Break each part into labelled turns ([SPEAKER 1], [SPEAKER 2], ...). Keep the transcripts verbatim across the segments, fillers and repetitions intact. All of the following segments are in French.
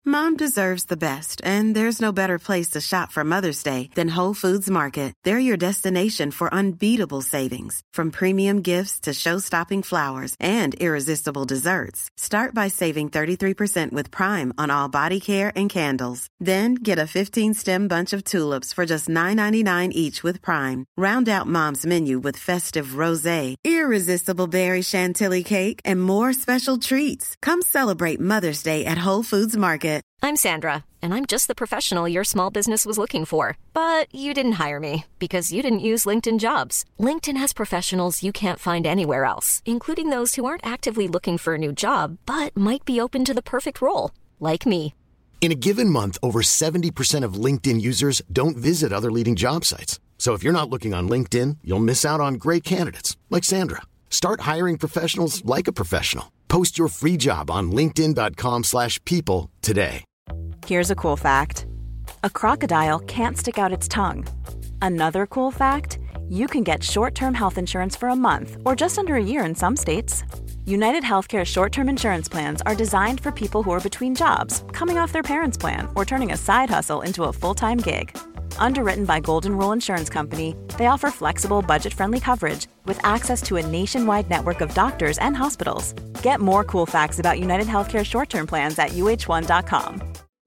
[SPEAKER 1] Mom deserves the best, and there's no better place to shop for Mother's Day than Whole Foods Market. They're your destination for unbeatable savings, from premium gifts to show-stopping flowers and irresistible desserts. Start by saving thirty-three percent with Prime on all body care and candles. Then get a fifteen-stem bunch of tulips for just nine ninety-nine each with Prime. Round out Mom's menu with festive rosé, irresistible berry chantilly cake, and more special treats. Come celebrate Mother's Day at Whole Foods Market.
[SPEAKER 2] I'm Sandra, and I'm just the professional your small business was looking for. But you didn't hire me because you didn't use LinkedIn Jobs. LinkedIn has professionals you can't find anywhere else, including those who aren't actively looking for a new job, but might be open to the perfect role, like me.
[SPEAKER 3] In a given month, over seventy percent of LinkedIn users don't visit other leading job sites. So if you're not looking on LinkedIn, you'll miss out on great candidates, like Sandra. Start hiring professionals like a professional. Post your free job on linkedin.com slash people today.
[SPEAKER 4] Here's a cool fact. A crocodile can't stick out its tongue. Another cool fact, you can get short-term health insurance for a month or just under a year in some states. United Healthcare short-term insurance plans are designed for people who are between jobs, coming off their parents' plan, or turning a side hustle into a full-time gig. Underwritten by Golden Rule Insurance Company, they offer flexible, budget-friendly coverage with access to a nationwide network of doctors and hospitals. Get more cool facts about United Healthcare short-term plans at u h one dot com.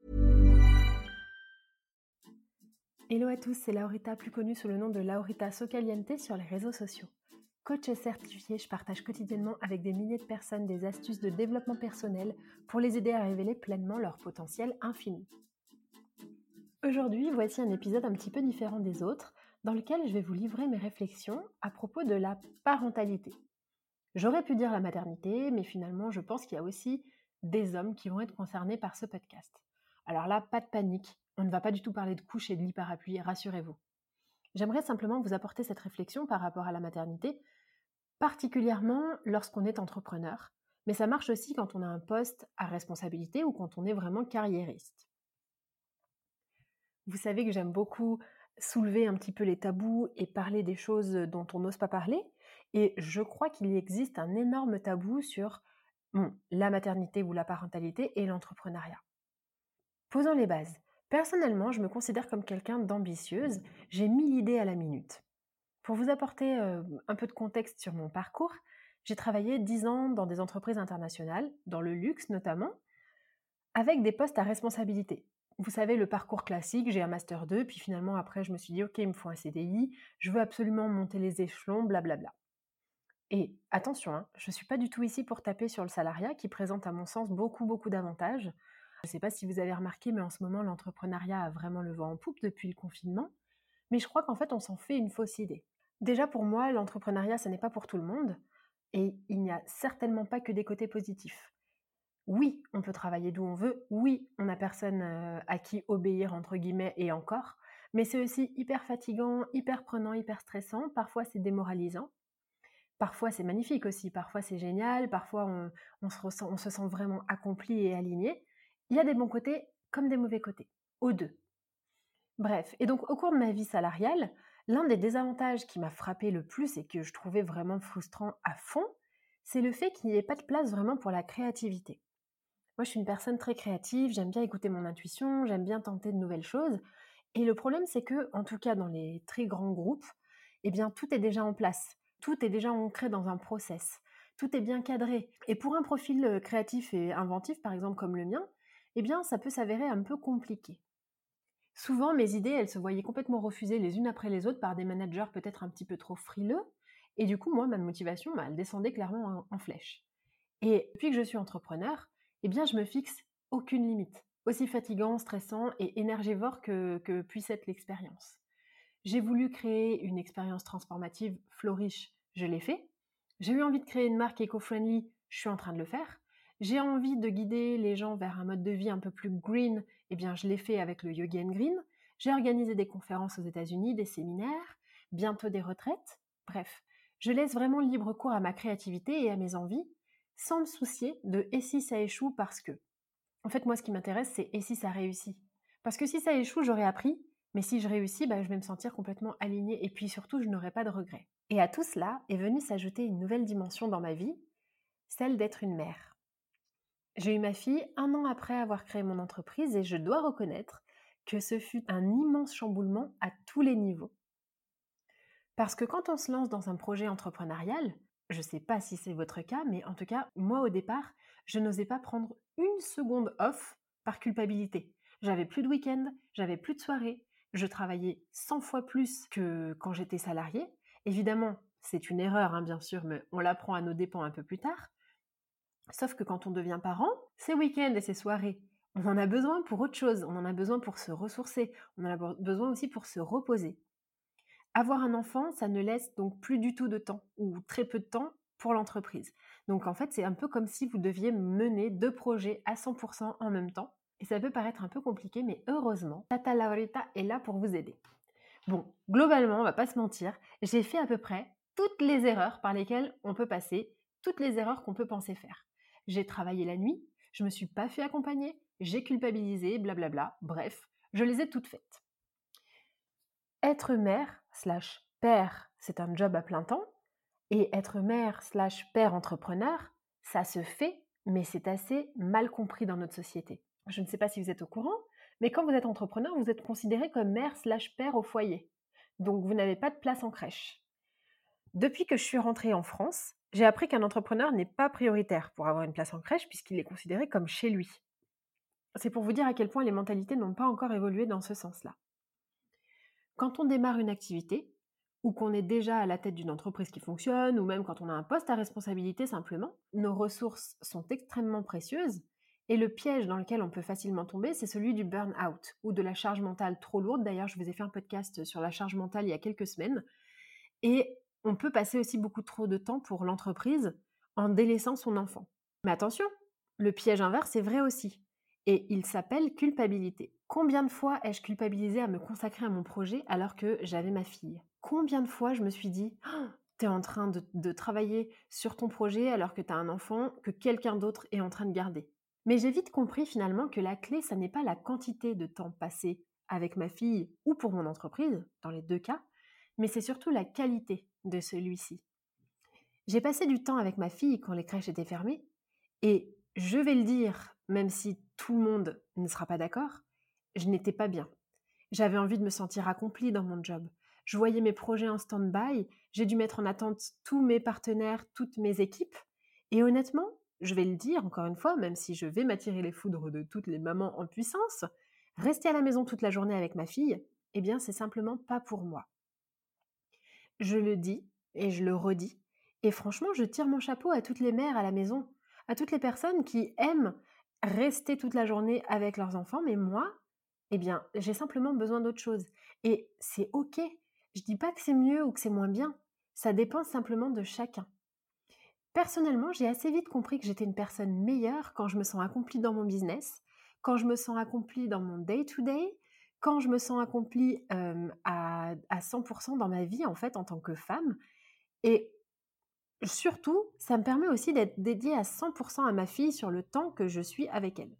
[SPEAKER 5] Hello à tous, c'est Laurita, plus connue sous le nom de Laurita Socaliente sur les réseaux sociaux. Coach certifié, je partage quotidiennement avec des milliers de personnes des astuces de développement personnel pour les aider à révéler pleinement leur potentiel infini. Aujourd'hui, voici un épisode un petit peu différent des autres, dans lequel je vais vous livrer mes réflexions à propos de la parentalité. J'aurais pu dire la maternité, mais finalement, je pense qu'il y a aussi des hommes qui vont être concernés par ce podcast. Alors là, pas de panique, on ne va pas du tout parler de couches et de lit parapluie, rassurez-vous. J'aimerais simplement vous apporter cette réflexion par rapport à la maternité, particulièrement lorsqu'on est entrepreneur, mais ça marche aussi quand on a un poste à responsabilité ou quand on est vraiment carriériste. Vous savez que j'aime beaucoup soulever un petit peu les tabous et parler des choses dont on n'ose pas parler, et je crois qu'il existe un énorme tabou sur bon, la maternité ou la parentalité et l'entrepreneuriat. Posons les bases. Personnellement, je me considère comme quelqu'un d'ambitieuse, j'ai mille idées à la minute. Pour vous apporter euh, un peu de contexte sur mon parcours, j'ai travaillé dix ans dans des entreprises internationales, dans le luxe notamment, avec des postes à responsabilité. Vous savez, le parcours classique, j'ai un master deux, puis finalement après je me suis dit ok, il me faut un C D I, je veux absolument monter les échelons, blablabla. Et attention, hein, je ne suis pas du tout ici pour taper sur le salariat qui présente à mon sens beaucoup beaucoup d'avantages. Je ne sais pas si vous avez remarqué, mais en ce moment l'entrepreneuriat a vraiment le vent en poupe depuis le confinement, mais je crois qu'en fait on s'en fait une fausse idée. Déjà pour moi, l'entrepreneuriat ce n'est pas pour tout le monde, et il n'y a certainement pas que des côtés positifs. Oui, on peut travailler d'où on veut, oui, on n'a personne euh, à qui obéir entre guillemets et encore, mais c'est aussi hyper fatigant, hyper prenant, hyper stressant, parfois c'est démoralisant, parfois c'est magnifique aussi, parfois c'est génial, parfois on, on, se, ressent, on se sent vraiment accompli et aligné. Il y a des bons côtés comme des mauvais côtés, aux deux. Bref, et donc au cours de ma vie salariale, l'un des désavantages qui m'a frappé le plus et que je trouvais vraiment frustrant à fond, c'est le fait qu'il n'y ait pas de place vraiment pour la créativité. Moi, je suis une personne très créative, j'aime bien écouter mon intuition, j'aime bien tenter de nouvelles choses. Et le problème, c'est que, en tout cas dans les très grands groupes, eh bien, tout est déjà en place. Tout est déjà ancré dans un process. Tout est bien cadré. Et pour un profil créatif et inventif, par exemple comme le mien, eh bien, ça peut s'avérer un peu compliqué. Souvent, mes idées, elles se voyaient complètement refusées les unes après les autres par des managers peut-être un petit peu trop frileux. Et du coup, moi, ma motivation, bah, elle descendait clairement en, en flèche. Et depuis que je suis entrepreneur, eh bien, je me fixe aucune limite, aussi fatigant, stressant et énergivore que, que puisse être l'expérience. J'ai voulu créer une expérience transformative flourish, je l'ai fait. J'ai eu envie de créer une marque éco-friendly, je suis en train de le faire. J'ai envie de guider les gens vers un mode de vie un peu plus green, eh bien, je l'ai fait avec le Yoga and Green. J'ai organisé des conférences aux États-Unis, des séminaires, bientôt des retraites. Bref, je laisse vraiment libre cours à ma créativité et à mes envies, sans me soucier de « et si ça échoue » parce que. En fait, moi, ce qui m'intéresse, c'est « et si ça réussit ?» Parce que si ça échoue, j'aurai appris, mais si je réussis, bah, je vais me sentir complètement alignée et puis surtout, je n'aurai pas de regrets. Et à tout cela est venue s'ajouter une nouvelle dimension dans ma vie, celle d'être une mère. J'ai eu ma fille un an après avoir créé mon entreprise et je dois reconnaître que ce fut un immense chamboulement à tous les niveaux. Parce que quand on se lance dans un projet entrepreneurial, je ne sais pas si c'est votre cas, mais en tout cas, moi au départ, je n'osais pas prendre une seconde off par culpabilité. J'avais plus de week-end, j'avais plus de soirée, je travaillais cent fois plus que quand j'étais salariée. Évidemment, c'est une erreur, hein, bien sûr, mais on l'apprend à nos dépens un peu plus tard. Sauf que quand on devient parent, ces week-ends et ces soirées, on en a besoin pour autre chose, on en a besoin pour se ressourcer, on en a besoin aussi pour se reposer. Avoir un enfant, ça ne laisse donc plus du tout de temps, ou très peu de temps, pour l'entreprise. Donc en fait, c'est un peu comme si vous deviez mener deux projets à cent pour cent en même temps. Et ça peut paraître un peu compliqué, mais heureusement, Tata Laurita est là pour vous aider. Bon, globalement, on va pas se mentir, j'ai fait à peu près toutes les erreurs par lesquelles on peut passer, toutes les erreurs qu'on peut penser faire. J'ai travaillé la nuit, je me suis pas fait accompagner, j'ai culpabilisé, blablabla, bref, je les ai toutes faites. Être mère slash père, c'est un job à plein temps, et être mère slash père entrepreneur, ça se fait, mais c'est assez mal compris dans notre société. Je ne sais pas si vous êtes au courant, mais quand vous êtes entrepreneur, vous êtes considéré comme mère slash père au foyer. Donc vous n'avez pas de place en crèche. Depuis que je suis rentrée en France, j'ai appris qu'un entrepreneur n'est pas prioritaire pour avoir une place en crèche puisqu'il est considéré comme chez lui. C'est pour vous dire à quel point les mentalités n'ont pas encore évolué dans ce sens-là. Quand on démarre une activité, ou qu'on est déjà à la tête d'une entreprise qui fonctionne, ou même quand on a un poste à responsabilité simplement, nos ressources sont extrêmement précieuses, et le piège dans lequel on peut facilement tomber, c'est celui du burn-out, ou de la charge mentale trop lourde. D'ailleurs, je vous ai fait un podcast sur la charge mentale il y a quelques semaines, et on peut passer aussi beaucoup trop de temps pour l'entreprise en délaissant son enfant. Mais attention, le piège inverse est vrai aussi. Et il s'appelle culpabilité. Combien de fois ai-je culpabilisé à me consacrer à mon projet alors que j'avais ma fille ? Combien de fois je me suis dit oh, « t'es en train de, de travailler sur ton projet alors que t'as un enfant que quelqu'un d'autre est en train de garder ?» Mais j'ai vite compris finalement que la clé, ça n'est pas la quantité de temps passé avec ma fille ou pour mon entreprise, dans les deux cas, mais c'est surtout la qualité de celui-ci. J'ai passé du temps avec ma fille quand les crèches étaient fermées et je vais le dire, même si tout le monde ne sera pas d'accord, je n'étais pas bien. J'avais envie de me sentir accomplie dans mon job. Je voyais mes projets en stand-by, j'ai dû mettre en attente tous mes partenaires, toutes mes équipes. Et honnêtement, je vais le dire encore une fois, même si je vais m'attirer les foudres de toutes les mamans en puissance, rester à la maison toute la journée avec ma fille, eh bien c'est simplement pas pour moi. Je le dis et je le redis, et franchement, je tire mon chapeau à toutes les mères à la maison, à toutes les personnes qui aiment rester toute la journée avec leurs enfants, mais moi, eh bien, j'ai simplement besoin d'autre chose. Et c'est ok. Je dis pas que c'est mieux ou que c'est moins bien. Ça dépend simplement de chacun. Personnellement, j'ai assez vite compris que j'étais une personne meilleure quand je me sens accomplie dans mon business, quand je me sens accomplie dans mon day-to-day, quand je me sens accomplie euh, à, à cent pour cent dans ma vie, en fait, en tant que femme. Et surtout, ça me permet aussi d'être dédiée à cent pour cent à ma fille sur le temps que je suis avec elle.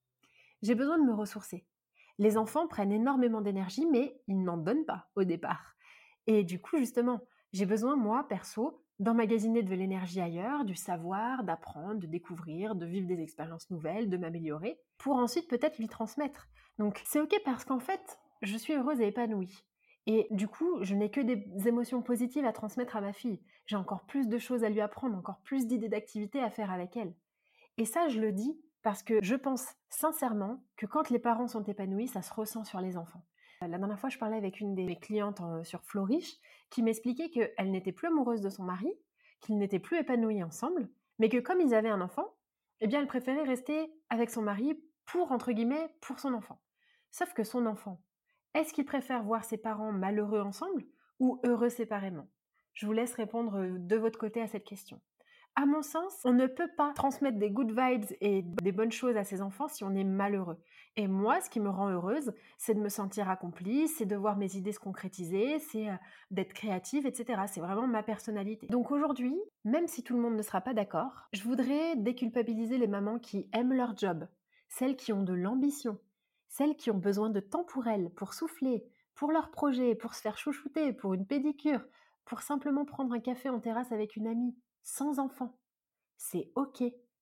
[SPEAKER 5] J'ai besoin de me ressourcer. Les enfants prennent énormément d'énergie, mais ils n'en donnent pas au départ. Et du coup, justement, j'ai besoin, moi, perso, d'emmagasiner de l'énergie ailleurs, du savoir, d'apprendre, de découvrir, de vivre des expériences nouvelles, de m'améliorer, pour ensuite peut-être lui transmettre. Donc c'est ok parce qu'en fait, je suis heureuse et épanouie. Et du coup, je n'ai que des émotions positives à transmettre à ma fille. J'ai encore plus de choses à lui apprendre, encore plus d'idées d'activités à faire avec elle. Et ça, je le dis parce que je pense sincèrement que quand les parents sont épanouis, ça se ressent sur les enfants. La dernière fois, je parlais avec une de mes clientes en, sur Flourish qui m'expliquait qu'elle n'était plus amoureuse de son mari, qu'ils n'étaient plus épanouis ensemble, mais que comme ils avaient un enfant, eh bien, elle préférait rester avec son mari pour, entre guillemets, pour son enfant. Sauf que son enfant, est-ce qu'il préfère voir ses parents malheureux ensemble ou heureux séparément ? Je vous laisse répondre de votre côté à cette question. À mon sens, on ne peut pas transmettre des good vibes et des bonnes choses à ses enfants si on est malheureux. Et moi, ce qui me rend heureuse, c'est de me sentir accomplie, c'est de voir mes idées se concrétiser, c'est d'être créative, et cetera. C'est vraiment ma personnalité. Donc aujourd'hui, même si tout le monde ne sera pas d'accord, je voudrais déculpabiliser les mamans qui aiment leur job, celles qui ont de l'ambition, celles qui ont besoin de temps pour elles, pour souffler, pour leur projet, pour se faire chouchouter, pour une pédicure, pour simplement prendre un café en terrasse avec une amie, sans enfant. C'est ok.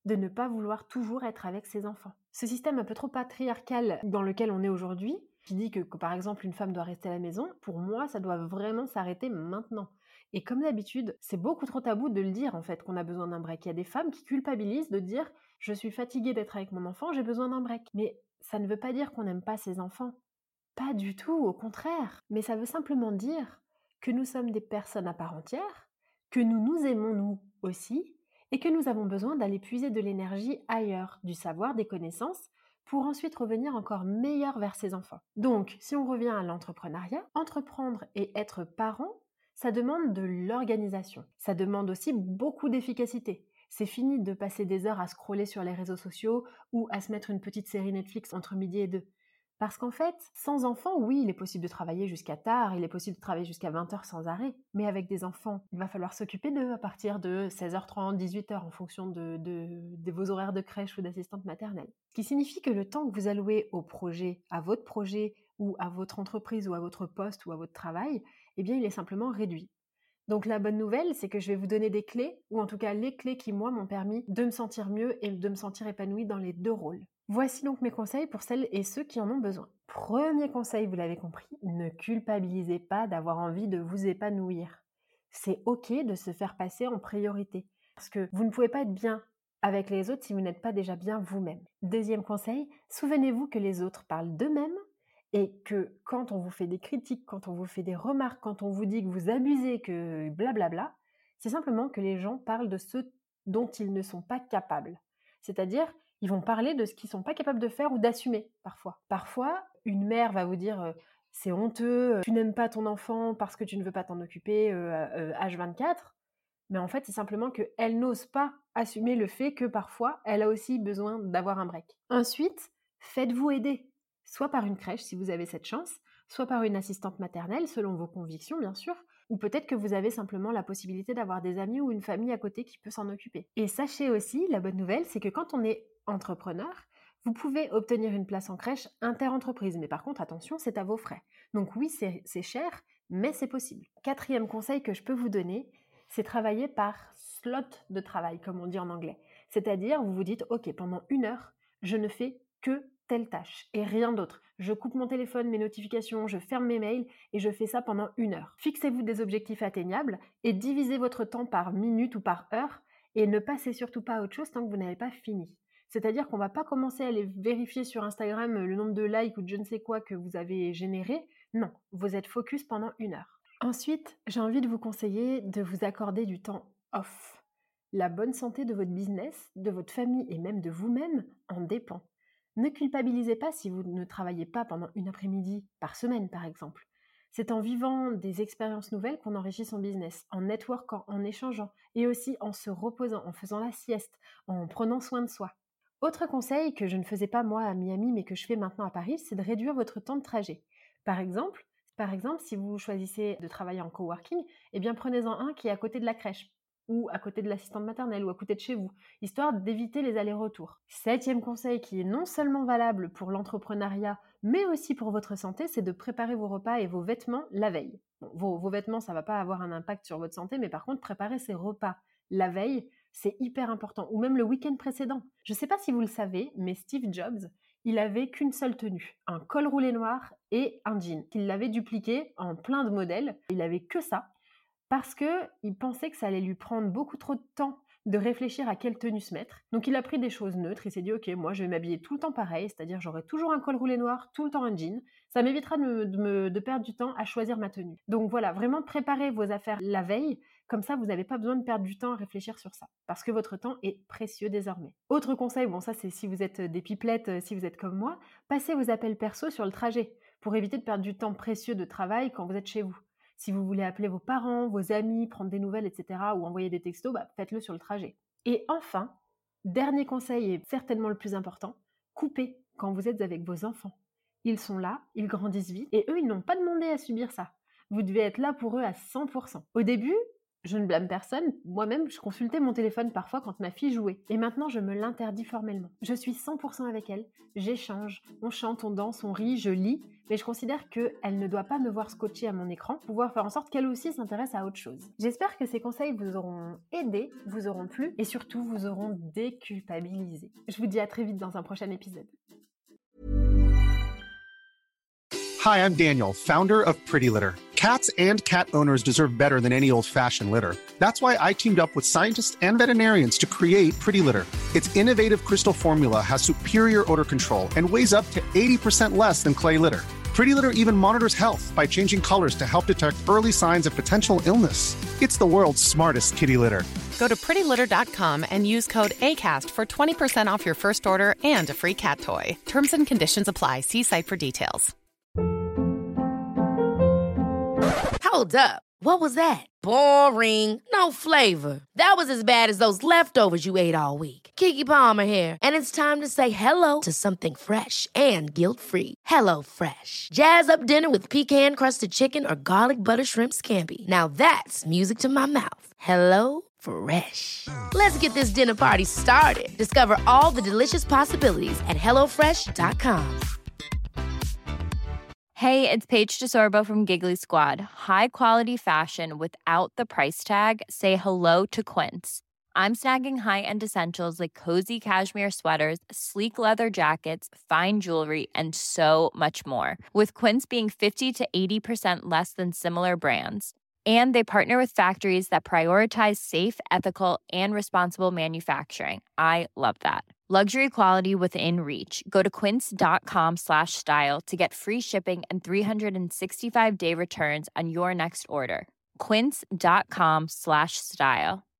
[SPEAKER 5] de ne pas vouloir toujours être avec ses enfants. Ce système un peu trop patriarcal dans lequel on est aujourd'hui, qui dit que, que par exemple une femme doit rester à la maison, pour moi ça doit vraiment s'arrêter maintenant. Et comme d'habitude, c'est beaucoup trop tabou de le dire en fait qu'on a besoin d'un break. Il y a des femmes qui culpabilisent de dire je suis fatiguée d'être avec mon enfant, j'ai besoin d'un break. Mais ça ne veut pas dire qu'on n'aime pas ses enfants. Pas du tout, au contraire. Mais ça veut simplement dire que nous sommes des personnes à part entière, que nous nous aimons nous aussi, et que nous avons besoin d'aller puiser de l'énergie ailleurs, du savoir, des connaissances, pour ensuite revenir encore meilleur vers ses enfants. Donc, si on revient à l'entrepreneuriat, entreprendre et être parent, ça demande de l'organisation. Ça demande aussi beaucoup d'efficacité. C'est fini de passer des heures à scroller sur les réseaux sociaux ou à se mettre une petite série Netflix entre midi et deux. Parce qu'en fait, sans enfants, oui, il est possible de travailler jusqu'à tard, il est possible de travailler jusqu'à vingt heures sans arrêt. Mais avec des enfants, il va falloir s'occuper d'eux à partir de seize heures trente, dix-huit heures en fonction de, de, de vos horaires de crèche ou d'assistante maternelle. Ce qui signifie que le temps que vous allouez au projet, à votre projet ou à votre entreprise ou à votre poste ou à votre travail, eh bien, il est simplement réduit. Donc la bonne nouvelle, c'est que je vais vous donner des clés, ou en tout cas les clés qui, moi, m'ont permis de me sentir mieux et de me sentir épanouie dans les deux rôles. Voici donc mes conseils pour celles et ceux qui en ont besoin. Premier conseil, vous l'avez compris, ne culpabilisez pas d'avoir envie de vous épanouir. C'est ok de se faire passer en priorité, parce que vous ne pouvez pas être bien avec les autres si vous n'êtes pas déjà bien vous-même. Deuxième conseil, souvenez-vous que les autres parlent d'eux-mêmes, et que quand on vous fait des critiques, quand on vous fait des remarques, quand on vous dit que vous abusez, que blablabla, c'est simplement que les gens parlent de ce dont ils ne sont pas capables. C'est-à-dire, ils vont parler de ce qu'ils ne sont pas capables de faire ou d'assumer, parfois. Parfois, une mère va vous dire euh, « c'est honteux, euh, tu n'aimes pas ton enfant parce que tu ne veux pas t'en occuper euh, euh, H vingt-quatre », mais en fait, c'est simplement qu'elle n'ose pas assumer le fait que parfois, elle a aussi besoin d'avoir un break. Ensuite, faites-vous aider. Soit par une crèche si vous avez cette chance, soit par une assistante maternelle selon vos convictions bien sûr, ou peut-être que vous avez simplement la possibilité d'avoir des amis ou une famille à côté qui peut s'en occuper. Et sachez aussi, la bonne nouvelle, c'est que quand on est entrepreneur, vous pouvez obtenir une place en crèche inter-entreprise, mais par contre attention, c'est à vos frais. Donc oui, c'est, c'est cher, mais c'est possible. Quatrième conseil que je peux vous donner, c'est travailler par slot de travail, comme on dit en anglais. C'est-à-dire, vous vous dites, ok, pendant une heure, je ne fais que telle tâche et rien d'autre. Je coupe mon téléphone, mes notifications, je ferme mes mails et je fais ça pendant une heure. Fixez-vous des objectifs atteignables et divisez votre temps par minute ou par heure et ne passez surtout pas à autre chose tant que vous n'avez pas fini. C'est-à-dire qu'on ne va pas commencer à aller vérifier sur Instagram le nombre de likes ou de je ne sais quoi que vous avez généré. Non, vous êtes focus pendant une heure. Ensuite, j'ai envie de vous conseiller de vous accorder du temps off. La bonne santé de votre business, de votre famille et même de vous-même en dépend. Ne culpabilisez pas si vous ne travaillez pas pendant une après-midi par semaine, par exemple. C'est en vivant des expériences nouvelles qu'on enrichit son business, en networkant, en échangeant, et aussi en se reposant, en faisant la sieste, en prenant soin de soi. Autre conseil que je ne faisais pas moi à Miami, mais que je fais maintenant à Paris, c'est de réduire votre temps de trajet. Par exemple, par exemple, si vous choisissez de travailler en coworking, eh bien prenez-en un qui est à côté de la crèche, ou à côté de l'assistante maternelle, ou à côté de chez vous, histoire d'éviter les allers-retours. Septième conseil qui est non seulement valable pour l'entrepreneuriat, mais aussi pour votre santé, c'est de préparer vos repas et vos vêtements la veille. Bon, vos, vos vêtements, ça ne va pas avoir un impact sur votre santé, mais par contre, préparer ses repas la veille, c'est hyper important, ou même le week-end précédent. Je ne sais pas si vous le savez, mais Steve Jobs, il avait qu'une seule tenue, un col roulé noir et un jean. Il l'avait dupliqué en plein de modèles, il avait que ça, parce qu'il pensait que ça allait lui prendre beaucoup trop de temps de réfléchir à quelle tenue se mettre. Donc il a pris des choses neutres, il s'est dit « Ok, moi je vais m'habiller tout le temps pareil, c'est-à-dire j'aurai toujours un col roulé noir, tout le temps un jean. Ça m'évitera de, me, de, me, de perdre du temps à choisir ma tenue. » Donc voilà, vraiment préparez vos affaires la veille, comme ça vous n'avez pas besoin de perdre du temps à réfléchir sur ça, parce que votre temps est précieux désormais. Autre conseil, bon ça c'est si vous êtes des pipelettes, si vous êtes comme moi, passez vos appels perso sur le trajet, pour éviter de perdre du temps précieux de travail quand vous êtes chez vous. Si vous voulez appeler vos parents, vos amis, prendre des nouvelles, et cetera, ou envoyer des textos, bah, faites-le sur le trajet. Et enfin, dernier conseil et certainement le plus important, coupez quand vous êtes avec vos enfants. Ils sont là, ils grandissent vite, et eux, ils n'ont pas demandé à subir ça. Vous devez être là pour eux à cent pour cent. Au début, Je ne blâme personne. Moi-même, je consultais mon téléphone parfois quand ma fille jouait. Et maintenant, je me l'interdis formellement. Je suis cent pour cent avec elle. J'échange. On chante, on danse, on rit, je lis. Mais je considère qu'elle ne doit pas me voir scotcher à mon écran pour pouvoir faire en sorte qu'elle aussi s'intéresse à autre chose. J'espère que ces conseils vous auront aidé, vous auront plu et surtout vous auront déculpabilisé. Je vous dis à très vite dans un prochain épisode.
[SPEAKER 6] Hi, I'm Daniel, founder of Pretty Litter. Cats and cat owners deserve better than any old-fashioned litter. That's why I teamed up with scientists and veterinarians to create Pretty Litter. Its innovative crystal formula has superior odor control and weighs up to eighty percent less than clay litter. Pretty Litter even monitors health by changing colors to help detect early signs of potential illness. It's the world's smartest kitty litter.
[SPEAKER 7] Go to pretty litter dot com and use code ACAST for twenty percent off your first order and a free cat toy. Terms and conditions apply. See site for details.
[SPEAKER 8] Hold up. What was that? Boring. No flavor. That was as bad as those leftovers you ate all week. Keke Palmer here, and it's time to say hello to something fresh and guilt-free. Hello Fresh. Jazz up dinner with pecan-crusted chicken or garlic butter shrimp scampi. Now that's music to my mouth. Hello Fresh. Let's get this dinner party started. Discover all the delicious possibilities at hello fresh dot com.
[SPEAKER 9] Hey, it's Paige DeSorbo from Giggly Squad. High quality fashion without the price tag. Say hello to Quince. I'm snagging high-end essentials like cozy cashmere sweaters, sleek leather jackets, fine jewelry, and so much more. With Quince being fifty to eighty percent less than similar brands. And they partner with factories that prioritize safe, ethical, and responsible manufacturing. I love that. Luxury quality within reach. Go to quince.com slash style to get free shipping and three sixty-five day returns on your next order. Quince.com slash style.